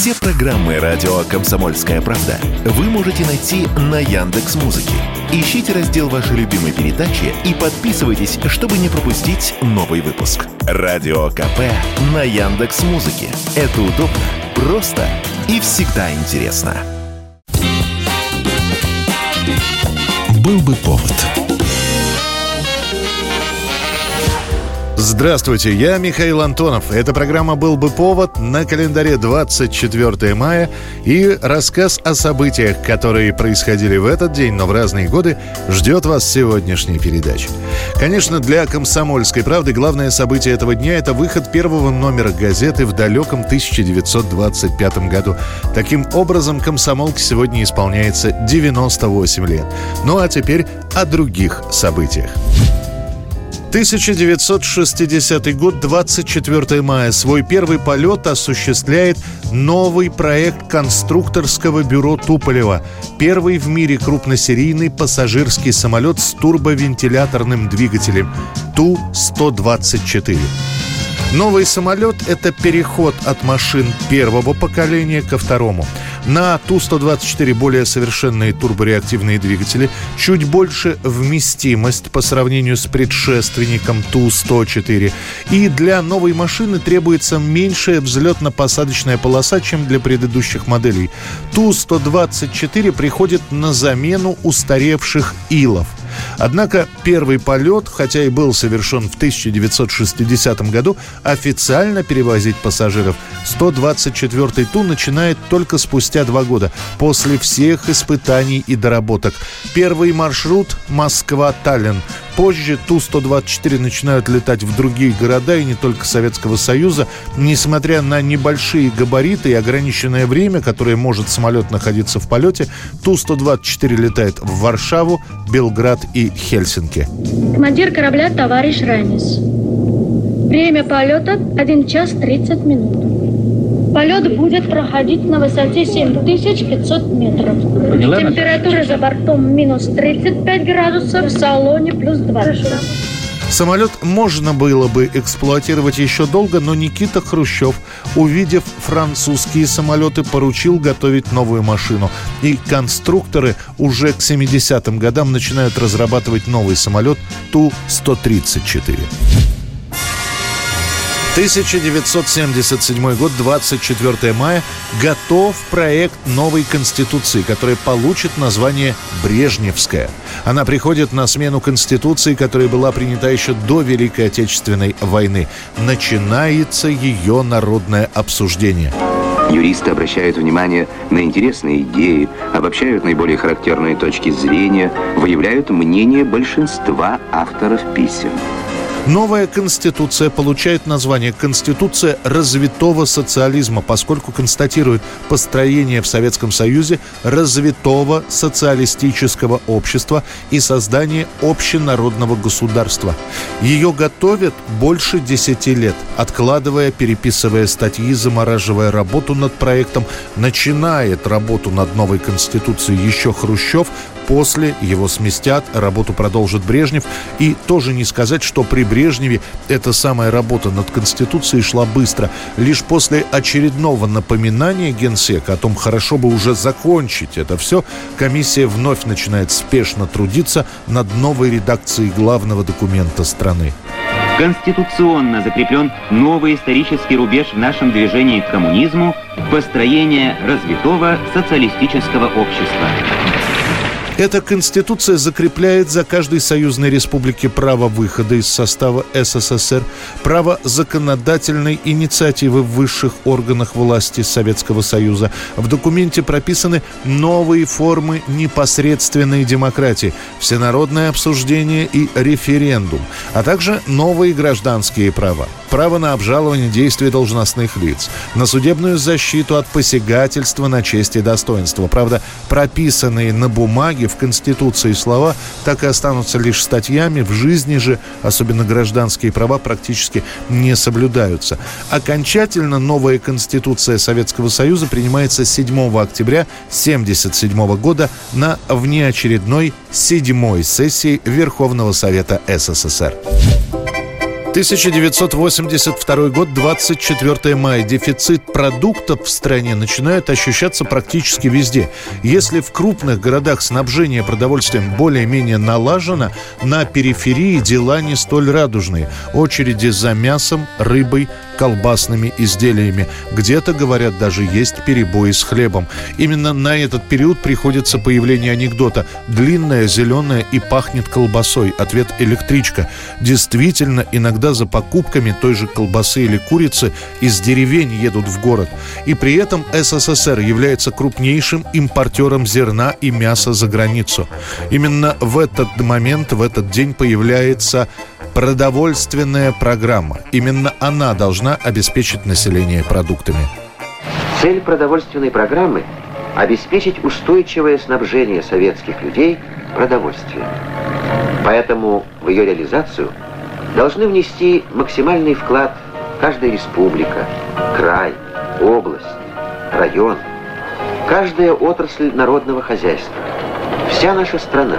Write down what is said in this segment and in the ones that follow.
Все программы радио «Комсомольская правда» вы можете найти на Яндекс.Музыке. Ищите раздел вашей любимой передачи и подписывайтесь, чтобы не пропустить новый выпуск. Радио КП на Яндекс.Музыке. Это удобно, просто и всегда интересно. Был бы повод. Здравствуйте, я Михаил Антонов. Эта программа «Был бы повод», на календаре 24 мая. И рассказ о событиях, которые происходили в этот день, но в разные годы, ждет вас в сегодняшней передаче. Конечно, для «Комсомольской правды» главное событие этого дня – это выход первого номера газеты в далеком 1925 году. Таким образом, «Комсомолке» сегодня исполняется 98 лет. Ну а теперь о других событиях. 1960 год, 24 мая. Свой первый полет осуществляет новый проект конструкторского бюро Туполева. Первый в мире крупносерийный пассажирский самолет с турбовентиляторным двигателем Ту-124. Новый самолет – это переход от машин первого поколения ко второму. На Ту-124 более совершенные турбореактивные двигатели, чуть больше вместимость по сравнению с предшественником Ту-104. И для новой машины требуется меньшая взлетно-посадочная полоса, чем для предыдущих моделей. Ту-124 приходит на замену устаревших Илов. Однако первый полет, хотя и был совершен в 1960 году, официально перевозить пассажиров 124-й Ту начинает только спустя 2 года, после всех испытаний и доработок. Первый маршрут – Москва-Таллин. Позже Ту-124 начинают летать в другие города и не только Советского Союза. Несмотря на небольшие габариты и ограниченное время, которое может самолет находиться в полете, Ту-124 летает в Варшаву, Белград и Хельсинки. Командир корабля товарищ Ранис. Время полета 1 час 30 минут. Полет будет проходить на высоте 7500 метров. Температура за бортом минус 35 градусов, в салоне плюс 20. Самолет можно было бы эксплуатировать еще долго, но Никита Хрущев, увидев французские самолеты, поручил готовить новую машину. И конструкторы уже к 70-м годам начинают разрабатывать новый самолет Ту-134. 1977 год, 24 мая. Готов проект новой Конституции, которая получит название «Брежневская». Она приходит на смену Конституции, которая была принята еще до Великой Отечественной войны. Начинается ее народное обсуждение. Юристы обращают внимание на интересные идеи, обобщают наиболее характерные точки зрения, выявляют мнение большинства авторов писем. Новая Конституция получает название «Конституция развитого социализма», поскольку констатирует построение в Советском Союзе развитого социалистического общества и создание общенародного государства. Ее готовят больше 10 лет, откладывая, переписывая статьи, замораживая работу над проектом. Начинает работу над новой Конституцией еще Хрущев. После его сместят, работу продолжит Брежнев. И тоже не сказать, что при Брежневе эта самая работа над Конституцией шла быстро. Лишь после очередного напоминания Генсека о том, хорошо бы уже закончить это все, комиссия вновь начинает спешно трудиться над новой редакцией главного документа страны. Конституционно закреплен новый исторический рубеж в нашем движении к коммунизму – построение развитого социалистического общества. Эта Конституция закрепляет за каждой союзной республике право выхода из состава СССР, право законодательной инициативы в высших органах власти Советского Союза. В документе прописаны новые формы непосредственной демократии, всенародное обсуждение и референдум, а также новые гражданские права. Право на обжалование действий должностных лиц, на судебную защиту от посягательства на честь и достоинство. Правда, прописанные на бумаге в Конституции слова так и останутся лишь статьями, в жизни же, особенно гражданские права, практически не соблюдаются. Окончательно новая Конституция Советского Союза принимается 7 октября 1977 года на внеочередной 7-й сессии Верховного Совета СССР. 1982 год, 24 мая. Дефицит продуктов в стране начинает ощущаться практически везде. Если в крупных городах снабжение продовольствием более-менее налажено, на периферии дела не столь радужные. Очереди за мясом, рыбой, колбасными изделиями. Где-то, говорят, даже есть перебои с хлебом. Именно на этот период приходится появление анекдота: длинная, зеленая и пахнет колбасой. Ответ: электричка. Действительно, иногда за покупками той же колбасы или курицы из деревень едут в город. И при этом СССР является крупнейшим импортером зерна и мяса за границу. Именно в этот момент, в этот день появляется продовольственная программа. Именно она должна обеспечить население продуктами. Цель продовольственной программы – обеспечить устойчивое снабжение советских людей продовольствием. Поэтому в ее реализацию должны внести максимальный вклад каждая республика, край, область, район, каждая отрасль народного хозяйства, вся наша страна.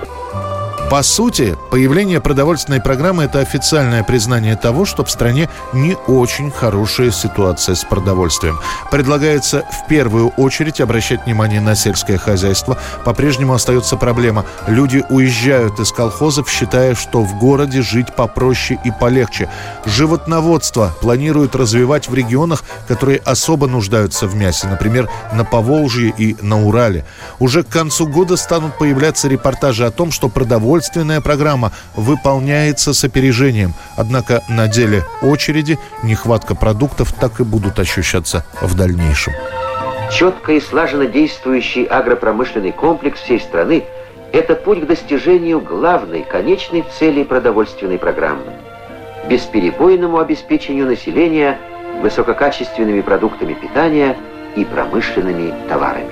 По сути, появление продовольственной программы – это официальное признание того, что в стране не очень хорошая ситуация с продовольствием. Предлагается в первую очередь обращать внимание на сельское хозяйство. По-прежнему остается проблема. Люди уезжают из колхозов, считая, что в городе жить попроще и полегче. Животноводство планируют развивать в регионах, которые особо нуждаются в мясе, например, на Поволжье и на Урале. Уже к концу года станут появляться репортажи о том, что продовольственная программа выполняется с опережением. Однако на деле очереди, нехватка продуктов так и будут ощущаться в дальнейшем. Четко и слаженно действующий агропромышленный комплекс всей страны – это путь к достижению главной, конечной цели продовольственной программы – бесперебойному обеспечению населения высококачественными продуктами питания и промышленными товарами.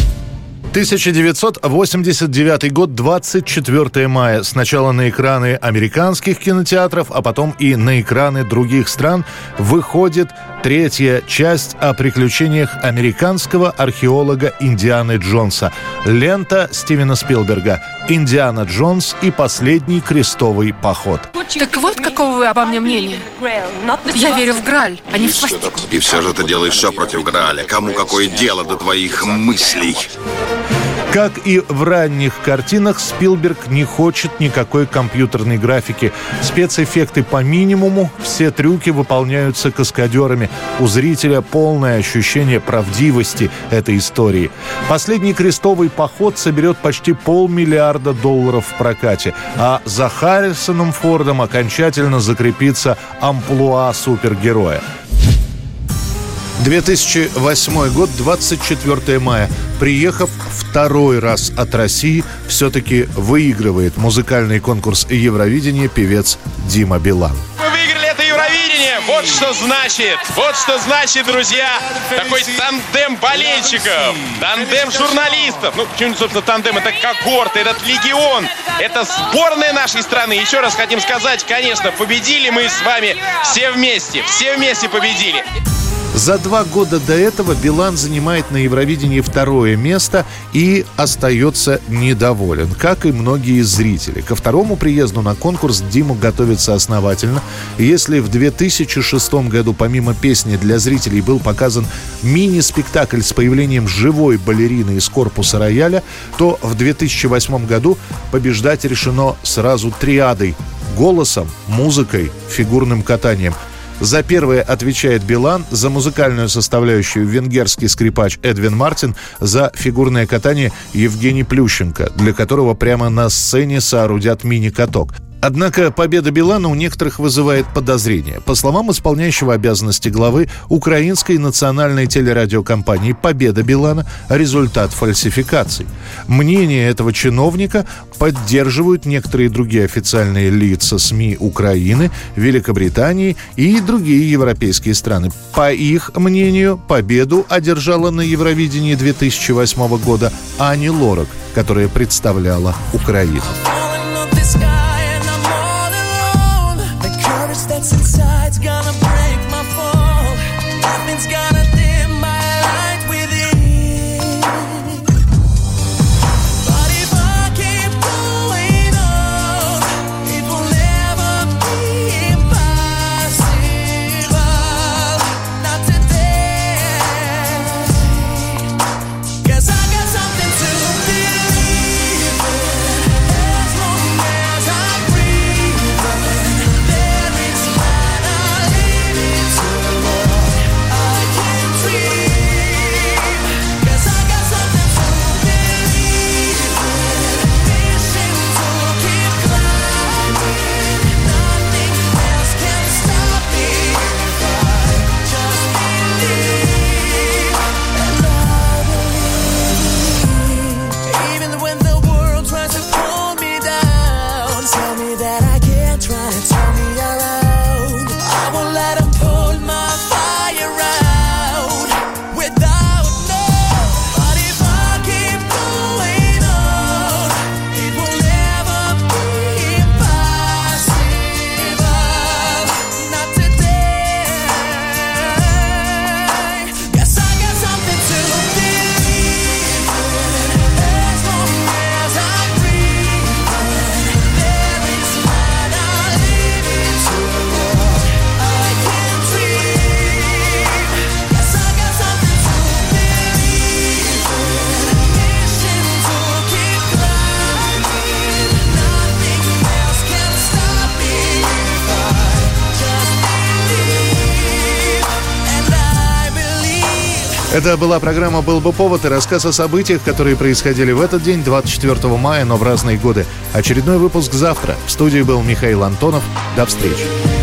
1989 год, 24 мая. Сначала на экраны американских кинотеатров, а потом и на экраны других стран выходит третья часть о приключениях американского археолога Индианы Джонса. Лента Стивена Спилберга «Индиана Джонс и последний крестовый поход». Так вот, какого вы обо мне мнения? Я верю в Грааль, а не в свастику. И все же ты делаешь все против Грааля. Кому какое дело до твоих мыслей? Как и в ранних картинах, Спилберг не хочет никакой компьютерной графики. Спецэффекты по минимуму, все трюки выполняются каскадерами. У зрителя полное ощущение правдивости этой истории. «Последний крестовый поход» соберет почти $500 миллиарда в прокате, а за Харрисоном Фордом окончательно закрепится амплуа супергероя. 2008 год, 24 мая. Приехав второй раз от России, все-таки выигрывает музыкальный конкурс Евровидения певец Дима Билан. Мы выиграли это Евровидение! Вот что значит, друзья, такой тандем болельщиков, тандем журналистов. Ну, почему, собственно, тандем? Это когорты, этот легион, это сборная нашей страны. Еще раз хотим сказать, конечно, победили мы с вами все вместе победили. За 2 года до этого Билан занимает на Евровидении 2-е место и остается недоволен, как и многие зрители. Ко второму приезду на конкурс Дима готовится основательно. Если в 2006 году помимо песни для зрителей был показан мини-спектакль с появлением живой балерины из корпуса рояля, то в 2008 году побеждать решено сразу триадой – голосом, музыкой, фигурным катанием. За первое отвечает Билан, за музыкальную составляющую венгерский скрипач Эдвин Мартин, за фигурное катание Евгений Плющенко, для которого прямо на сцене соорудят мини-каток. Однако победа Билана у некоторых вызывает подозрения. По словам исполняющего обязанности главы украинской национальной телерадиокомпании, победа Билана – результат фальсификаций. Мнение этого чиновника поддерживают некоторые другие официальные лица СМИ Украины, Великобритании и другие европейские страны. По их мнению, победу одержала на Евровидении 2008 года Ани Лорак, которая представляла Украину. That's inside's gonna break my fall. Nothing's gonna dim my light within. But if I keep going on, it will never be impossible. Это была программа «Был бы повод» и рассказ о событиях, которые происходили в этот день, 24 мая, но в разные годы. Очередной выпуск завтра. В студии был Михаил Антонов. До встречи.